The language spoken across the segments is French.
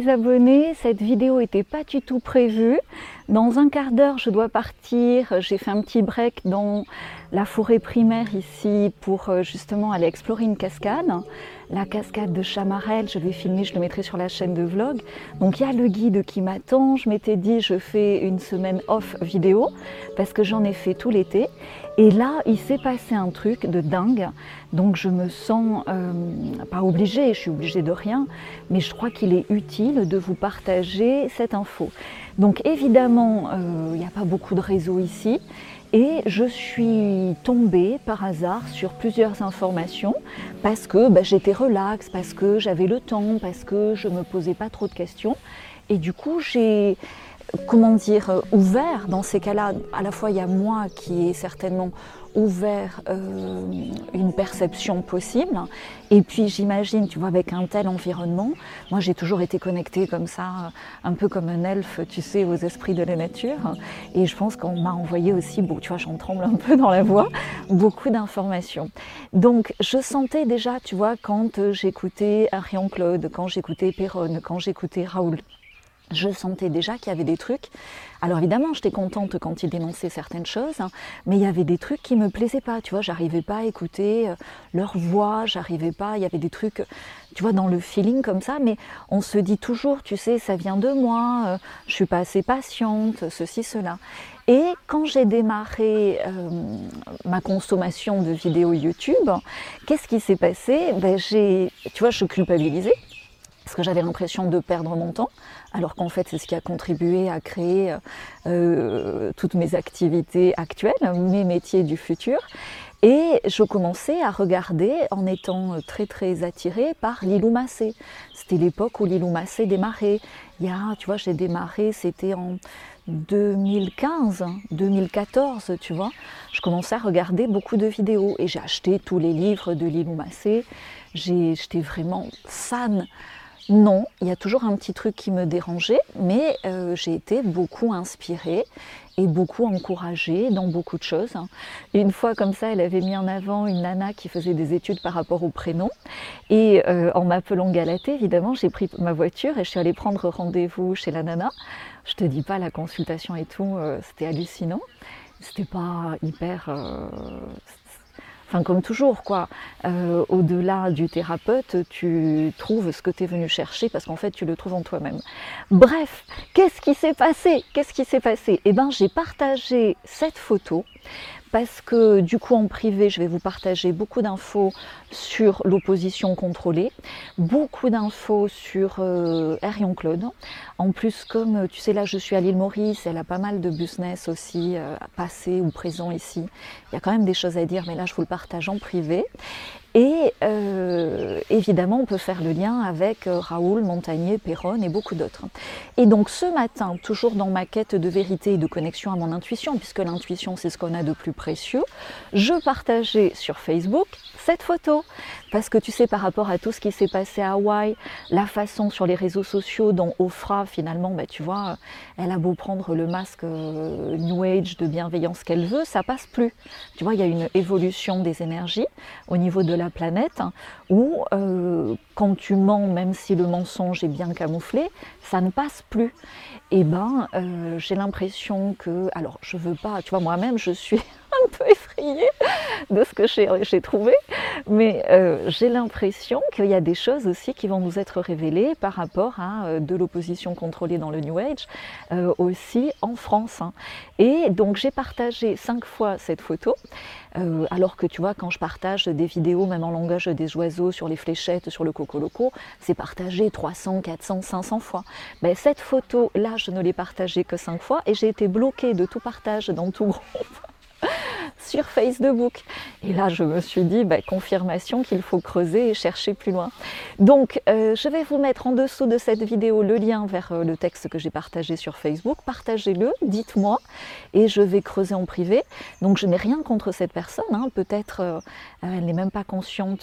abonnés, cette vidéo n'était pas du tout prévue. Dans un quart d'heure, je dois partir. J'ai fait un petit break dans la forêt primaire ici pour justement aller explorer une cascade. La cascade de Chamarel, je vais filmer, je le mettrai sur la chaîne de vlog. Donc il y a le guide qui m'attend. Je m'étais dit, je fais une semaine off vidéo parce que j'en ai fait tout l'été. Et là, il s'est passé un truc de dingue. Donc je me sens pas obligée, je suis obligée de rien, mais je crois qu'il est utile de vous partager cette info. Donc évidemment, il n'y a pas beaucoup de réseaux ici. Et je suis tombée par hasard sur plusieurs informations parce que j'étais relax, parce que j'avais le temps, parce que je ne me posais pas trop de questions. Et du coup, j'ai, ouvert dans ces cas-là. À la fois, il y a moi qui ai certainement ouvert une perception possible. Et puis j'imagine, tu vois, avec un tel environnement, moi j'ai toujours été connectée comme ça, un peu comme un elfe, tu sais, aux esprits de la nature. Et je pense qu'on m'a envoyé aussi, tu vois, j'en tremble un peu dans la voix, beaucoup d'informations. Donc je sentais déjà, tu vois, quand j'écoutais Arion Claude, quand j'écoutais Péronne, quand j'écoutais Raoul, je sentais déjà qu'il y avait des trucs. Alors évidemment, j'étais contente quand ils dénonçaient certaines choses, mais il y avait des trucs qui me plaisaient pas, tu vois, j'arrivais pas à écouter leur voix, j'arrivais pas, il y avait des trucs, tu vois, dans le feeling comme ça, mais on se dit toujours, tu sais, ça vient de moi, je suis pas assez patiente, ceci, cela. Et quand j'ai démarré ma consommation de vidéos YouTube, qu'est-ce qui s'est passé? Tu vois, je culpabilisais, parce que j'avais l'impression de perdre mon temps, alors qu'en fait c'est ce qui a contribué à créer toutes mes activités actuelles, mes métiers du futur. Et je commençais à regarder en étant très très attirée par Lilou Massé. C'était l'époque où Lilou Massé démarrait. Tu vois, j'ai démarré, c'était en 2015, 2014, tu vois. Je commençais à regarder beaucoup de vidéos et j'ai acheté tous les livres de Lilou Massé. J'étais vraiment fan. Non, il y a toujours un petit truc qui me dérangeait, mais j'ai été beaucoup inspirée et beaucoup encouragée dans beaucoup de choses. Et une fois comme ça, elle avait mis en avant une nana qui faisait des études par rapport au prénom. Et en m'appelant Galatée, évidemment, j'ai pris ma voiture et je suis allée prendre rendez-vous chez la nana. Je te dis pas, la consultation et tout, c'était hallucinant. C'était pas hyper... Enfin, comme toujours, quoi. Au-delà du thérapeute, tu trouves ce que tu es venu chercher parce qu'en fait, tu le trouves en toi-même. Bref, qu'est-ce qui s'est passé? Eh bien, j'ai partagé cette photo parce que du coup en privé je vais vous partager beaucoup d'infos sur l'opposition contrôlée, beaucoup d'infos sur Arion Claude. En plus, comme tu sais, là je suis à l'île Maurice, elle a pas mal de business aussi passé ou présent ici. Il y a quand même des choses à dire, mais là je vous le partage en privé. Et évidemment, on peut faire le lien avec Raoul, Montagnier, Péronne et beaucoup d'autres. Et donc ce matin, toujours dans ma quête de vérité et de connexion à mon intuition, puisque l'intuition c'est ce qu'on a de plus précieux, je partageais sur Facebook cette photo. Parce que tu sais, par rapport à tout ce qui s'est passé à Hawaï, la façon sur les réseaux sociaux dont Ofra finalement, tu vois, elle a beau prendre le masque New Age de bienveillance qu'elle veut, ça passe plus. Tu vois, il y a une évolution des énergies au niveau de la planète où quand tu mens, même si le mensonge est bien camouflé, ça ne passe plus. Et j'ai l'impression que, alors je veux pas, tu vois, moi-même je suis un peu effrayée de ce que j'ai trouvé, mais j'ai l'impression qu'il y a des choses aussi qui vont nous être révélées par rapport à de l'opposition contrôlée dans le New Age, aussi en France. Et donc j'ai partagé 5 fois cette photo, alors que tu vois, quand je partage des vidéos, même en langage des oiseaux, sur les fléchettes, sur le coco loco, c'est partagé 300, 400, 500 fois. Cette photo-là, je ne l'ai partagée que 5 fois et j'ai été bloquée de tout partage dans tout groupe sur Facebook. Et là, je me suis dit, confirmation qu'il faut creuser et chercher plus loin. Donc, je vais vous mettre en dessous de cette vidéo le lien vers le texte que j'ai partagé sur Facebook. Partagez-le, dites-moi, et je vais creuser en privé. Donc, je n'ai rien contre cette personne. Peut-être elle n'est même pas consciente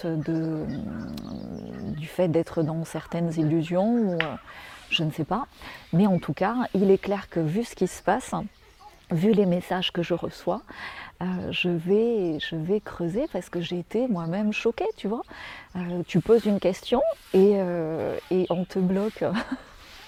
du fait d'être dans certaines illusions, ou je ne sais pas. Mais en tout cas, il est clair que vu ce qui se passe, vu les messages que je reçois, je vais creuser parce que j'ai été moi-même choquée, tu vois. Tu poses une question et on te bloque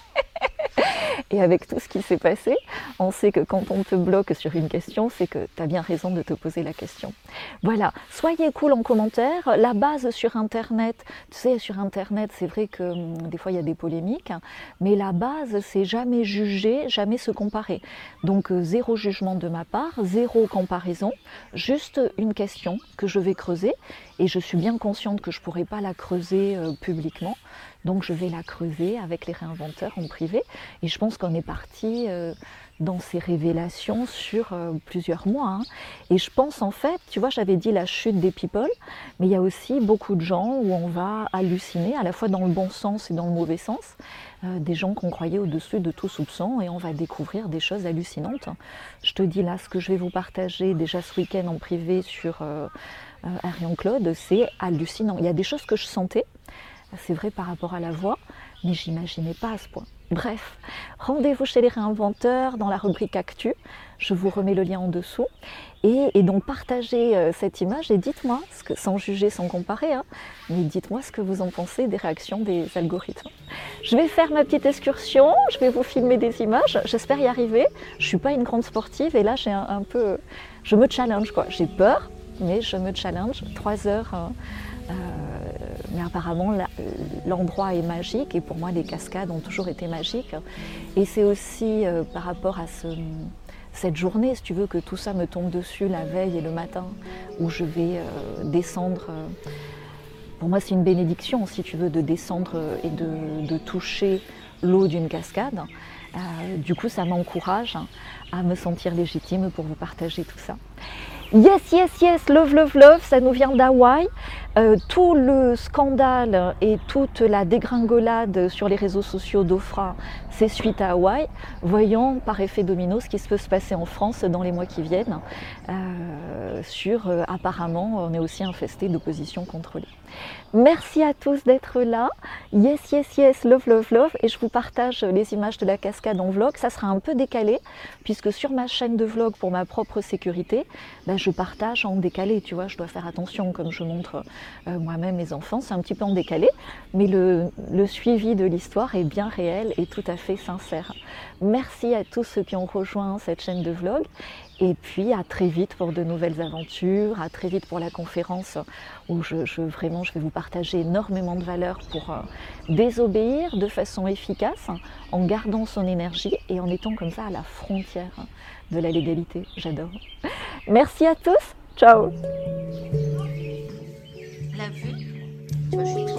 Et avec tout ce qui s'est passé, on sait que quand on te bloque sur une question, c'est que tu as bien raison de te poser la question. Voilà, soyez cool en commentaire. La base sur Internet, tu sais, sur Internet, c'est vrai que des fois il y a des polémiques, mais la base, c'est jamais juger, jamais se comparer. Donc zéro jugement de ma part, zéro comparaison, juste une question que je vais creuser. Et je suis bien consciente que je ne pourrai pas la creuser publiquement. Donc je vais la creuser avec les réinventeurs en privé. Et je pense qu'on est parti dans ces révélations sur plusieurs mois. Hein. Et je pense en fait, tu vois, j'avais dit la chute des people, mais il y a aussi beaucoup de gens où on va halluciner, à la fois dans le bon sens et dans le mauvais sens. Des gens qu'on croyait au-dessus de tout soupçon et on va découvrir des choses hallucinantes. Je te dis là ce que je vais vous partager déjà ce week-end en privé sur Ariane Claude, c'est hallucinant. Il y a des choses que je sentais, c'est vrai par rapport à la voix, mais j'imaginais pas à ce point. Bref, rendez-vous chez les réinventeurs dans la rubrique Actu, je vous remets le lien en dessous. Et donc partagez cette image et dites-moi, sans juger, sans comparer, hein, mais dites-moi ce que vous en pensez des réactions des algorithmes. Je vais faire ma petite excursion, je vais vous filmer des images, j'espère y arriver. Je ne suis pas une grande sportive et là j'ai un peu, je me challenge quoi, j'ai peur, mais je me challenge, 3 heures. Mais apparemment l'endroit est magique et pour moi les cascades ont toujours été magiques. Et c'est aussi par rapport à cette journée, si tu veux, que tout ça me tombe dessus la veille et le matin, où je vais descendre. Pour moi c'est une bénédiction, si tu veux, de descendre et de toucher l'eau d'une cascade. Du coup ça m'encourage à me sentir légitime pour vous partager tout ça. Yes, yes, yes, love, love, love, ça nous vient d'Hawaï. Tout le scandale et toute la dégringolade sur les réseaux sociaux d'Ofra, c'est suite à Hawaï. Voyons par effet domino ce qui peut se passer en France dans les mois qui viennent. Apparemment, on est aussi infesté d'opposition contrôlée. Merci à tous d'être là. Yes, yes, yes, love, love, love. Et je vous partage les images de la cascade en vlog. Ça sera un peu décalé, puisque sur ma chaîne de vlog, pour ma propre sécurité, je partage en décalé. Tu vois, je dois faire attention, comme je montre moi-même mes enfants. C'est un petit peu en décalé, mais le suivi de l'histoire est bien réel et tout à fait sincère. Merci à tous ceux qui ont rejoint cette chaîne de vlog. Et puis à très vite pour de nouvelles aventures, à très vite pour la conférence où vraiment je vais vous partager énormément de valeurs pour désobéir de façon efficace en gardant son énergie et en étant comme ça à la frontière de la légalité. J'adore. Merci à tous. Ciao. La vue, tu vois, je suis